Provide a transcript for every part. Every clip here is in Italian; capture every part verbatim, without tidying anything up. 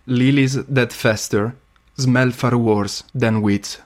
Lilies that fester smell far worse than weeds.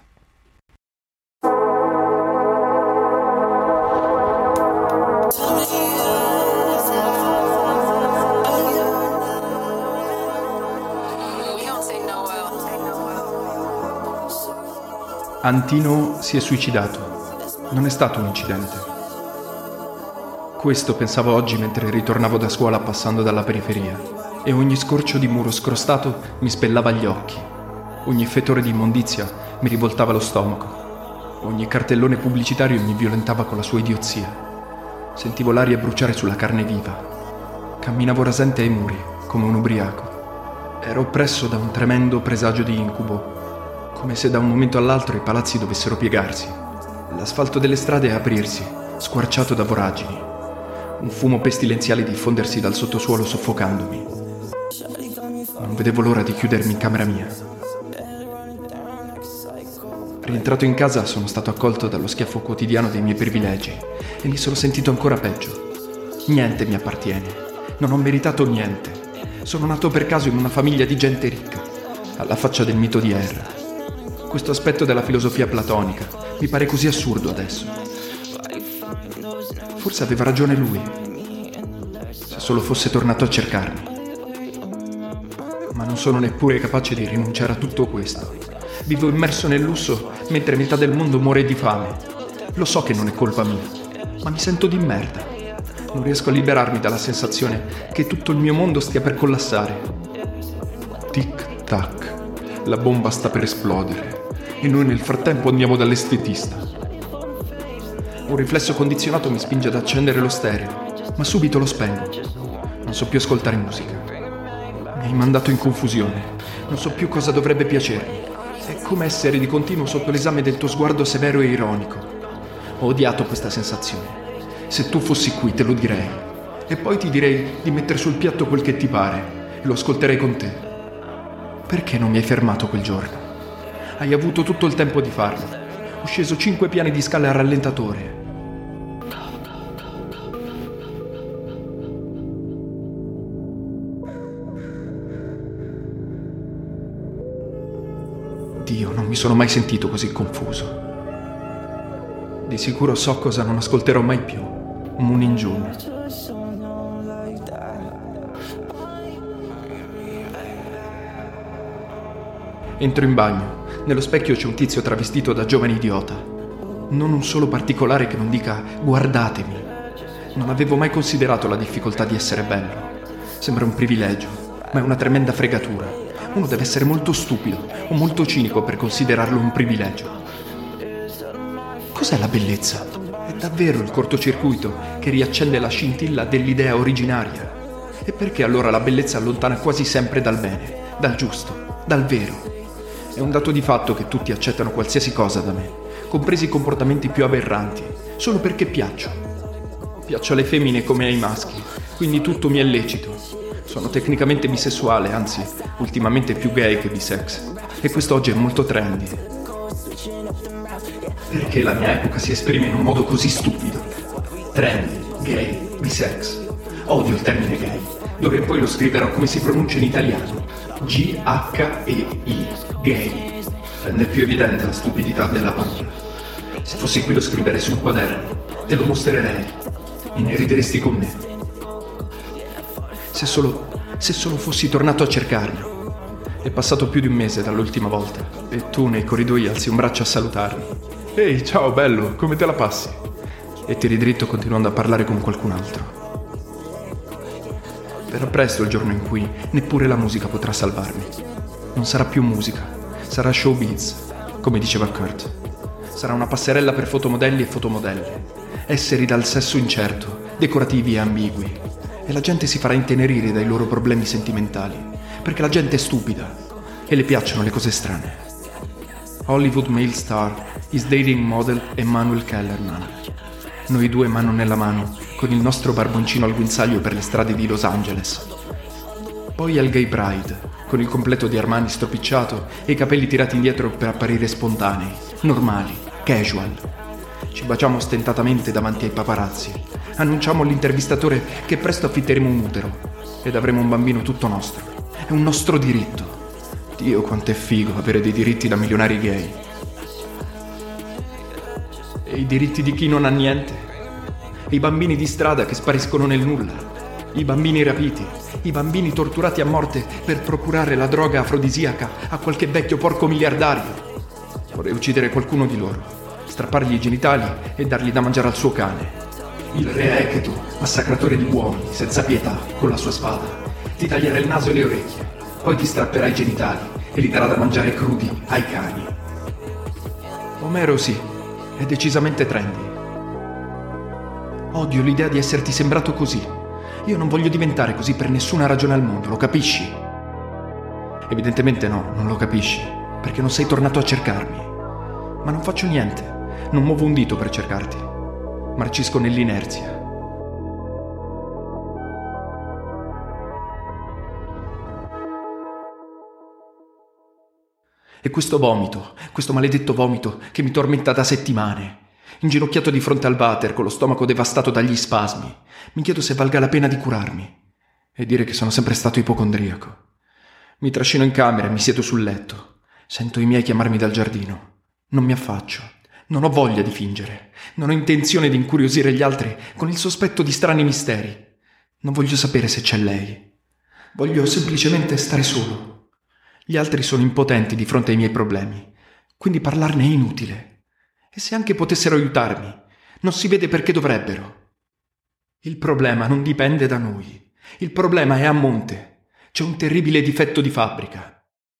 Antino si è suicidato. Non è stato un incidente. Questo pensavo oggi mentre ritornavo da scuola passando dalla periferia, e ogni scorcio di muro scrostato mi spellava gli occhi. Ogni fettore di immondizia mi rivoltava lo stomaco. Ogni cartellone pubblicitario mi violentava con la sua idiozia. Sentivo l'aria bruciare sulla carne viva. Camminavo rasente ai muri, come un ubriaco. Ero oppresso da un tremendo presagio di incubo, come se da un momento all'altro i palazzi dovessero piegarsi, l'asfalto delle strade aprirsi, squarciato da voragini, un fumo pestilenziale diffondersi dal sottosuolo soffocandomi. Non vedevo l'ora di chiudermi in camera mia. Rientrato in casa sono stato accolto dallo schiaffo quotidiano dei miei privilegi e mi sono sentito ancora peggio. Niente mi appartiene, non ho meritato niente. Sono nato per caso in una famiglia di gente ricca, alla faccia del mito di Erra. Questo aspetto della filosofia platonica mi pare così assurdo adesso. Forse aveva ragione lui, se solo fosse tornato a cercarmi. Ma non sono neppure capace di rinunciare a tutto questo. Vivo immerso nel lusso mentre metà del mondo muore di fame. Lo so che non è colpa mia, ma mi sento di merda. Non riesco a liberarmi dalla sensazione che tutto il mio mondo stia per collassare. Tic tac, la bomba sta per esplodere. E noi nel frattempo andiamo dall'estetista. Un riflesso condizionato mi spinge ad accendere lo stereo, ma subito lo spengo. Non so più ascoltare musica. Mi hai mandato in confusione. Non so più cosa dovrebbe piacermi. È come essere di continuo sotto l'esame del tuo sguardo severo e ironico. Ho odiato questa sensazione. Se tu fossi qui te lo direi. E poi ti direi di mettere sul piatto quel che ti pare. E lo ascolterei con te. Perché non mi hai fermato quel giorno? Hai avuto tutto il tempo di farlo. Ho sceso cinque piani di scale a rallentatore. Dio, non mi sono mai sentito così confuso. Di sicuro so cosa non ascolterò mai più. Moonin June. Entro in bagno. Nello specchio c'è un tizio travestito da giovane idiota. Non un solo particolare che non dica guardatemi. Non avevo mai considerato la difficoltà di essere bello. Sembra un privilegio, ma è una tremenda fregatura. Uno deve essere molto stupido o molto cinico per considerarlo un privilegio. Cos'è la bellezza? È davvero il cortocircuito che riaccende la scintilla dell'idea originaria. E perché allora la bellezza allontana quasi sempre dal bene, dal giusto, dal vero? È un dato di fatto che tutti accettano qualsiasi cosa da me, compresi i comportamenti più aberranti, solo perché piaccio. Piaccio alle femmine come ai maschi, quindi tutto mi è lecito. Sono tecnicamente bisessuale, anzi, ultimamente più gay che bisex. E questo oggi è molto trendy. Perché la mia epoca si esprime in un modo così stupido? Trendy, gay, bisex. Odio il termine gay. D'ora in poi lo scriverò come si pronuncia in italiano. G H E I, gay. Rende più evidente la stupidità della parola. Se fossi qui lo scriverei sul quaderno, te lo mostrerei e ne rideresti con me. Se solo, se solo fossi tornato a cercarmi. È passato più di un mese dall'ultima volta e tu nei corridoi alzi un braccio a salutarmi. Ehi, ciao bello, come te la passi? E tiri dritto continuando a parlare con qualcun altro. Verrà presto il giorno in cui neppure la musica potrà salvarmi. Non sarà più musica, sarà showbiz, come diceva Kurt. Sarà una passerella per fotomodelli e fotomodelle, esseri dal sesso incerto, decorativi e ambigui. E la gente si farà intenerire dai loro problemi sentimentali, perché la gente è stupida e le piacciono le cose strane. Hollywood male star is dating model Emmanuel Kellerman. Noi due mano nella mano, con il nostro barboncino al guinzaglio per le strade di Los Angeles. Poi al Gay Pride, con il completo di Armani stropicciato e i capelli tirati indietro per apparire spontanei, normali, casual. Ci baciamo ostentatamente davanti ai paparazzi. Annunciamo all'intervistatore che presto affitteremo un utero ed avremo un bambino tutto nostro. È un nostro diritto. Dio, quanto è figo avere dei diritti da milionari gay. E i diritti di chi non ha niente. E i bambini di strada che spariscono nel nulla. I bambini rapiti. I bambini torturati a morte per procurare la droga afrodisiaca a qualche vecchio porco miliardario. Vorrei uccidere qualcuno di loro, strappargli i genitali e dargli da mangiare al suo cane. Il re Eketu, massacratore di uomini, senza pietà, con la sua spada, ti taglierà il naso e le orecchie, poi ti strapperà i genitali e li darà da mangiare crudi ai cani. Omero sì, è decisamente trendy. Odio l'idea di esserti sembrato così. Io non voglio diventare così per nessuna ragione al mondo, lo capisci? Evidentemente no, non lo capisci, perché non sei tornato a cercarmi. Ma non faccio niente, non muovo un dito per cercarti. Marcisco nell'inerzia. E questo vomito, questo maledetto vomito che mi tormenta da settimane, inginocchiato di fronte al water con lo stomaco devastato dagli spasmi, mi chiedo se valga la pena di curarmi e dire che sono sempre stato ipocondriaco. Mi trascino in camera e mi siedo sul letto. Sento i miei chiamarmi dal giardino. Non mi affaccio. Non ho voglia di fingere. Non ho intenzione di incuriosire gli altri con il sospetto di strani misteri. Non voglio sapere se c'è lei. Voglio semplicemente stare solo. Gli altri sono impotenti di fronte ai miei problemi, quindi parlarne è inutile. E se anche potessero aiutarmi, non si vede perché dovrebbero. Il problema non dipende da noi. Il problema è a monte. C'è un terribile difetto di fabbrica.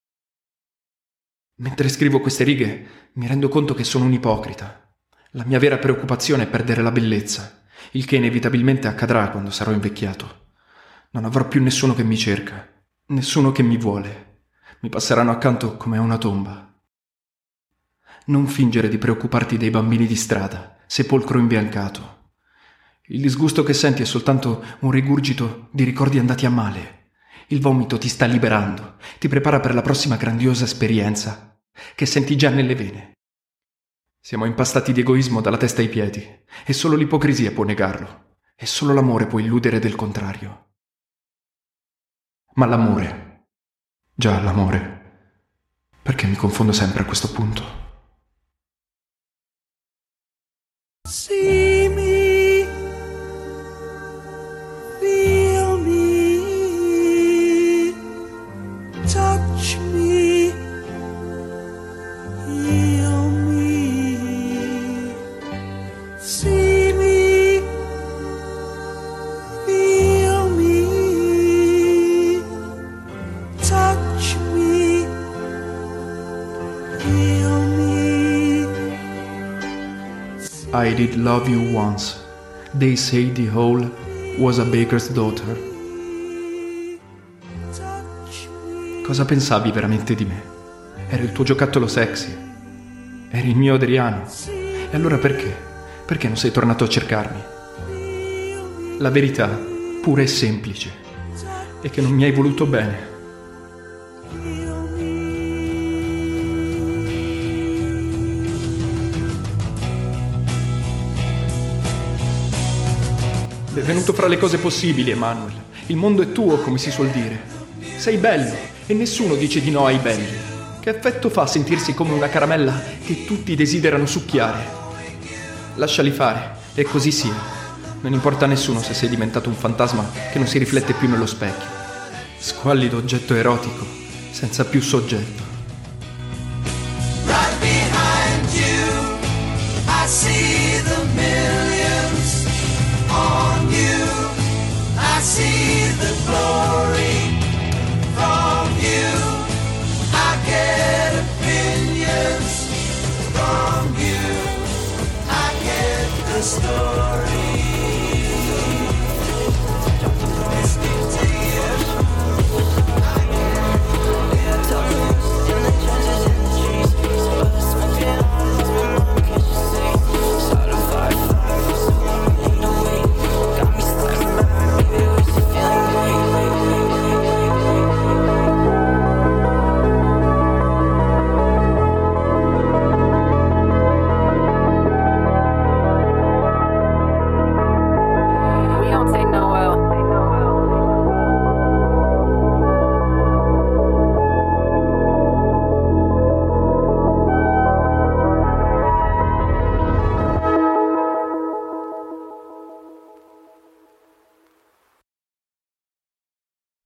Mentre scrivo queste righe mi rendo conto che sono un ipocrita. La mia vera preoccupazione è perdere la bellezza, il che inevitabilmente accadrà quando sarò invecchiato. Non avrò più nessuno che mi cerca, nessuno che mi vuole. Mi passeranno accanto come a una tomba. Non fingere di preoccuparti dei bambini di strada, sepolcro imbiancato. Il disgusto che senti è soltanto un rigurgito di ricordi andati a male. Il vomito ti sta liberando, ti prepara per la prossima grandiosa esperienza che senti già nelle vene. Siamo impastati di egoismo dalla testa ai piedi e solo l'ipocrisia può negarlo e solo l'amore può illudere del contrario. Ma l'amore, già l'amore, perché mi confondo sempre a questo punto? See me, feel me, touch me, heal me. See me, feel me, touch me, heal me. I did love you once. They say the whole was a baker's daughter. Cosa pensavi veramente di me? Ero il tuo giocattolo sexy. Eri il mio Adriano. E allora perché? Perché non sei tornato a cercarmi? La verità, pura e semplice, è che non mi hai voluto bene. Benvenuto fra le cose possibili, Emanuel. Il mondo è tuo, come si suol dire. Sei bello e nessuno dice di no ai belli. Che effetto fa sentirsi come una caramella che tutti desiderano succhiare? Lasciali fare, e così sia. Non importa a nessuno se sei diventato un fantasma che non si riflette più nello specchio. Squallido oggetto erotico, senza più soggetto. Right behind you, I see the millions on you. I see the glory from you. I get opinions from you. I get the story.